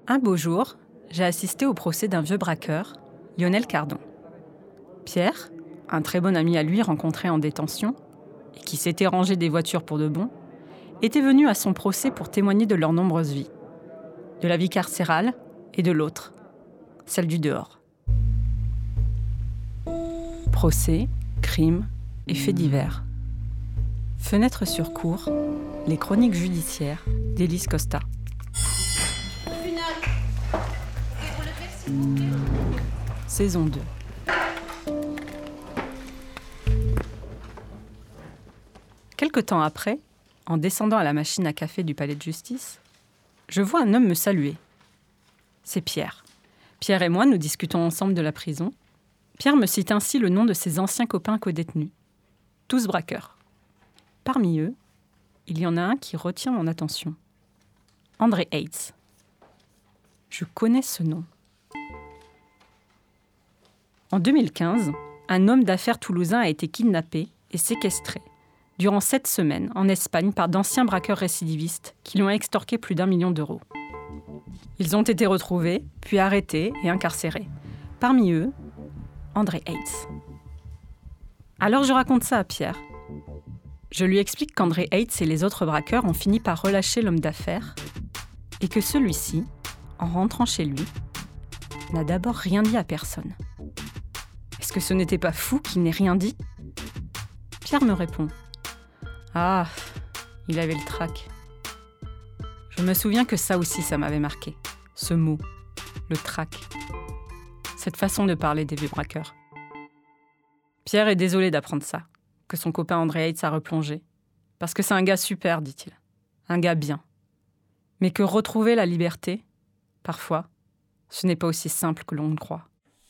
Un beau jour, j'ai assisté au procès d'un vieux braqueur, Lionel Cardon. Pierre, un très bon ami à lui rencontré en détention, et qui s'était rangé des voitures pour de bon, était venu à son procès pour témoigner de leurs nombreuses vies. De la vie carcérale et de l'autre, celle du dehors. Procès, crimes et faits divers. Fenêtre sur cour, les chroniques judiciaires d'Élise Costa. Saison 2. Quelque temps après, en descendant à la machine à café du palais de justice, je vois un homme me saluer. C'est Pierre. Pierre et moi, nous discutons ensemble de la prison. Pierre me cite ainsi le nom de ses anciens copains co-détenus. Tous braqueurs. Parmi eux, il y en a un qui retient mon attention. André Heitz. Je connais ce nom. En 2015, un homme d'affaires toulousain a été kidnappé et séquestré durant 7 semaines en Espagne par d'anciens braqueurs récidivistes qui lui ont extorqué plus d'1 million d'euros. Ils ont été retrouvés, puis arrêtés et incarcérés. Parmi eux, André Heitz. Alors je raconte ça à Pierre. Je lui explique qu'André Heitz et les autres braqueurs ont fini par relâcher l'homme d'affaires et que celui-ci, en rentrant chez lui, n'a d'abord rien dit à personne. Est-ce que ce n'était pas fou qu'il n'ait rien dit ? Pierre me répond. Ah, il avait le trac. Je me souviens que ça aussi, ça m'avait marqué. Ce mot, le trac. Cette façon de parler des vieux braqueurs. Pierre est désolé d'apprendre ça, que son copain André Heitz a replongé. Parce que c'est un gars super, dit-il. Un gars bien. Mais que retrouver la liberté, parfois, ce n'est pas aussi simple que l'on le croit.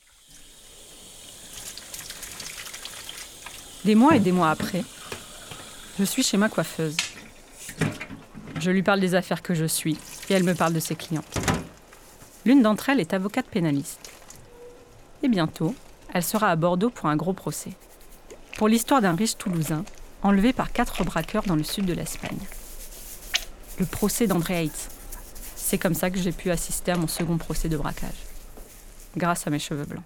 Des mois et des mois après, je suis chez ma coiffeuse. Je lui parle des affaires que je suis et elle me parle de ses clientes. L'une d'entre elles est avocate pénaliste. Et bientôt, elle sera à Bordeaux pour un gros procès. Pour l'histoire d'un riche Toulousain enlevé par 4 braqueurs dans le sud de l'Espagne. Le procès d'André Heitz. C'est comme ça que j'ai pu assister à mon second procès de braquage. Grâce à mes cheveux blancs.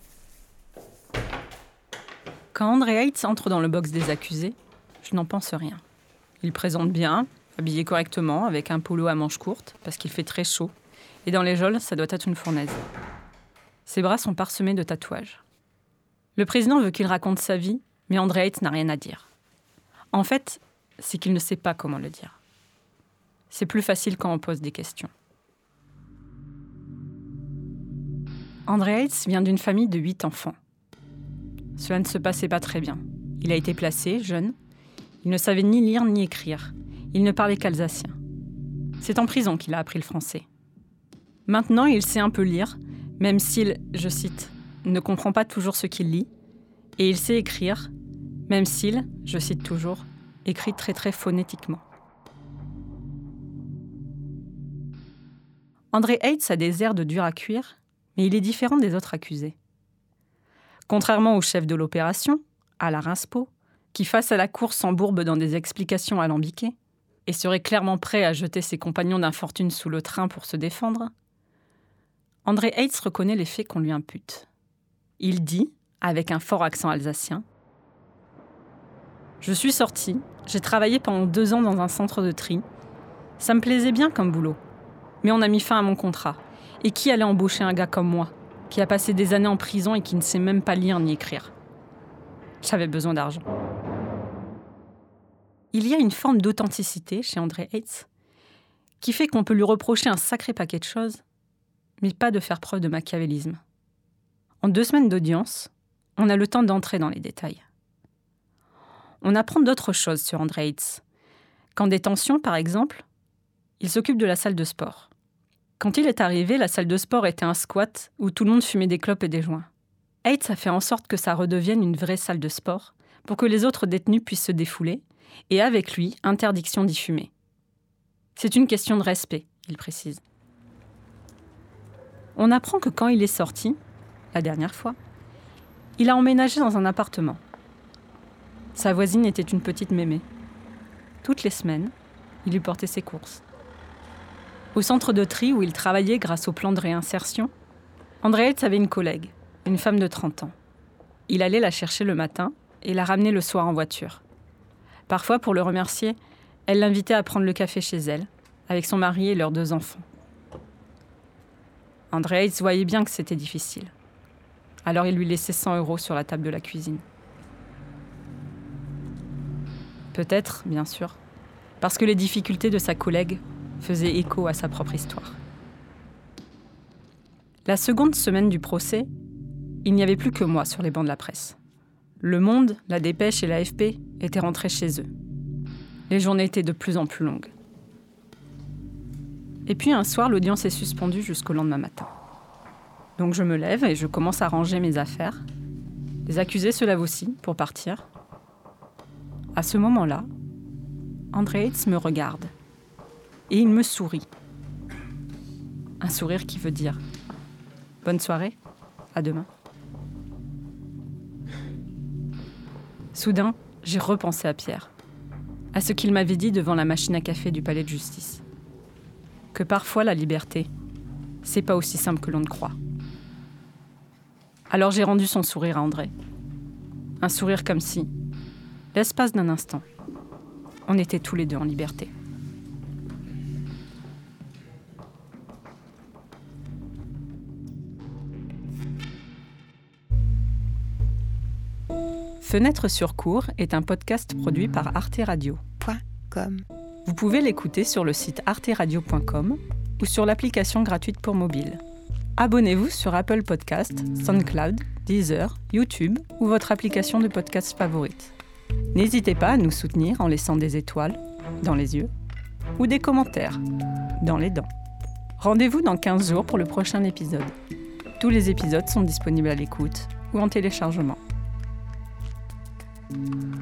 Quand André Heitz entre dans le box des accusés, je n'en pense rien. Il présente bien, habillé correctement, avec un polo à manches courtes, parce qu'il fait très chaud, et dans les geôles, ça doit être une fournaise. Ses bras sont parsemés de tatouages. Le président veut qu'il raconte sa vie, mais André Heitz n'a rien à dire. En fait, c'est qu'il ne sait pas comment le dire. C'est plus facile quand on pose des questions. André Heitz vient d'une famille de 8 enfants. Cela ne se passait pas très bien. Il a été placé, jeune. Il ne savait ni lire ni écrire. Il ne parlait qu'alsacien. C'est en prison qu'il a appris le français. Maintenant, il sait un peu lire, même s'il, je cite, ne comprend pas toujours ce qu'il lit. Et il sait écrire, même s'il, je cite toujours, écrit très très phonétiquement. André Heitz a des airs de dur à cuire, mais il est différent des autres accusés. Contrairement au chef de l'opération, Alain Rinspeau, qui face à la cour s'embourbe dans des explications alambiquées et serait clairement prêt à jeter ses compagnons d'infortune sous le train pour se défendre, André Heitz reconnaît les faits qu'on lui impute. Il dit, avec un fort accent alsacien, « Je suis sorti, j'ai travaillé pendant 2 ans dans un centre de tri. Ça me plaisait bien comme boulot. Mais on a mis fin à mon contrat. Et qui allait embaucher un gars comme moi, qui a passé des années en prison et qui ne sait même pas lire ni écrire ? J'avais besoin d'argent. » Il y a une forme d'authenticité chez André Heitz qui fait qu'on peut lui reprocher un sacré paquet de choses, mais pas de faire preuve de machiavélisme. En 2 semaines d'audience, on a le temps d'entrer dans les détails. On apprend d'autres choses sur André Heitz. Qu'en détention, par exemple, il s'occupe de la salle de sport. Quand il est arrivé, la salle de sport était un squat où tout le monde fumait des clopes et des joints. Heitz a fait en sorte que ça redevienne une vraie salle de sport pour que les autres détenus puissent se défouler et avec lui, interdiction d'y fumer. C'est une question de respect, il précise. On apprend que quand il est sorti, la dernière fois, il a emménagé dans un appartement. Sa voisine était une petite mémé. Toutes les semaines, il lui portait ses courses. Au centre de tri où il travaillait grâce au plan de réinsertion, Andréetz avait une collègue, une femme de 30 ans. Il allait la chercher le matin et la ramener le soir en voiture. Parfois, pour le remercier, elle l'invitait à prendre le café chez elle, avec son mari et leurs 2 enfants. Andréetz voyait bien que c'était difficile. Alors il lui laissait 100 € sur la table de la cuisine. Peut-être, bien sûr, parce que les difficultés de sa collègue faisaient écho à sa propre histoire. La seconde semaine du procès, il n'y avait plus que moi sur les bancs de la presse. Le Monde, la Dépêche et l'AFP étaient rentrés chez eux. Les journées étaient de plus en plus longues. Et puis un soir, l'audience est suspendue jusqu'au lendemain matin. Donc je me lève et je commence à ranger mes affaires. Les accusés se lèvent aussi pour partir. À ce moment-là, Andréetz me regarde et il me sourit. Un sourire qui veut dire « Bonne soirée, à demain ». Soudain, j'ai repensé à Pierre, à ce qu'il m'avait dit devant la machine à café du palais de justice. Que parfois la liberté, c'est pas aussi simple que l'on ne croit. Alors j'ai rendu son sourire à André. Un sourire comme si, l'espace d'un instant, on était tous les deux en liberté. Fenêtre sur cour est un podcast produit par Arte Radio.com. Vous pouvez l'écouter sur le site arteradio.com ou sur l'application gratuite pour mobile. Abonnez-vous sur Apple Podcasts, SoundCloud, Deezer, YouTube ou votre application de podcast favorite. N'hésitez pas à nous soutenir en laissant des étoiles dans les yeux ou des commentaires dans les dents. Rendez-vous dans 15 jours pour le prochain épisode. Tous les épisodes sont disponibles à l'écoute ou en téléchargement.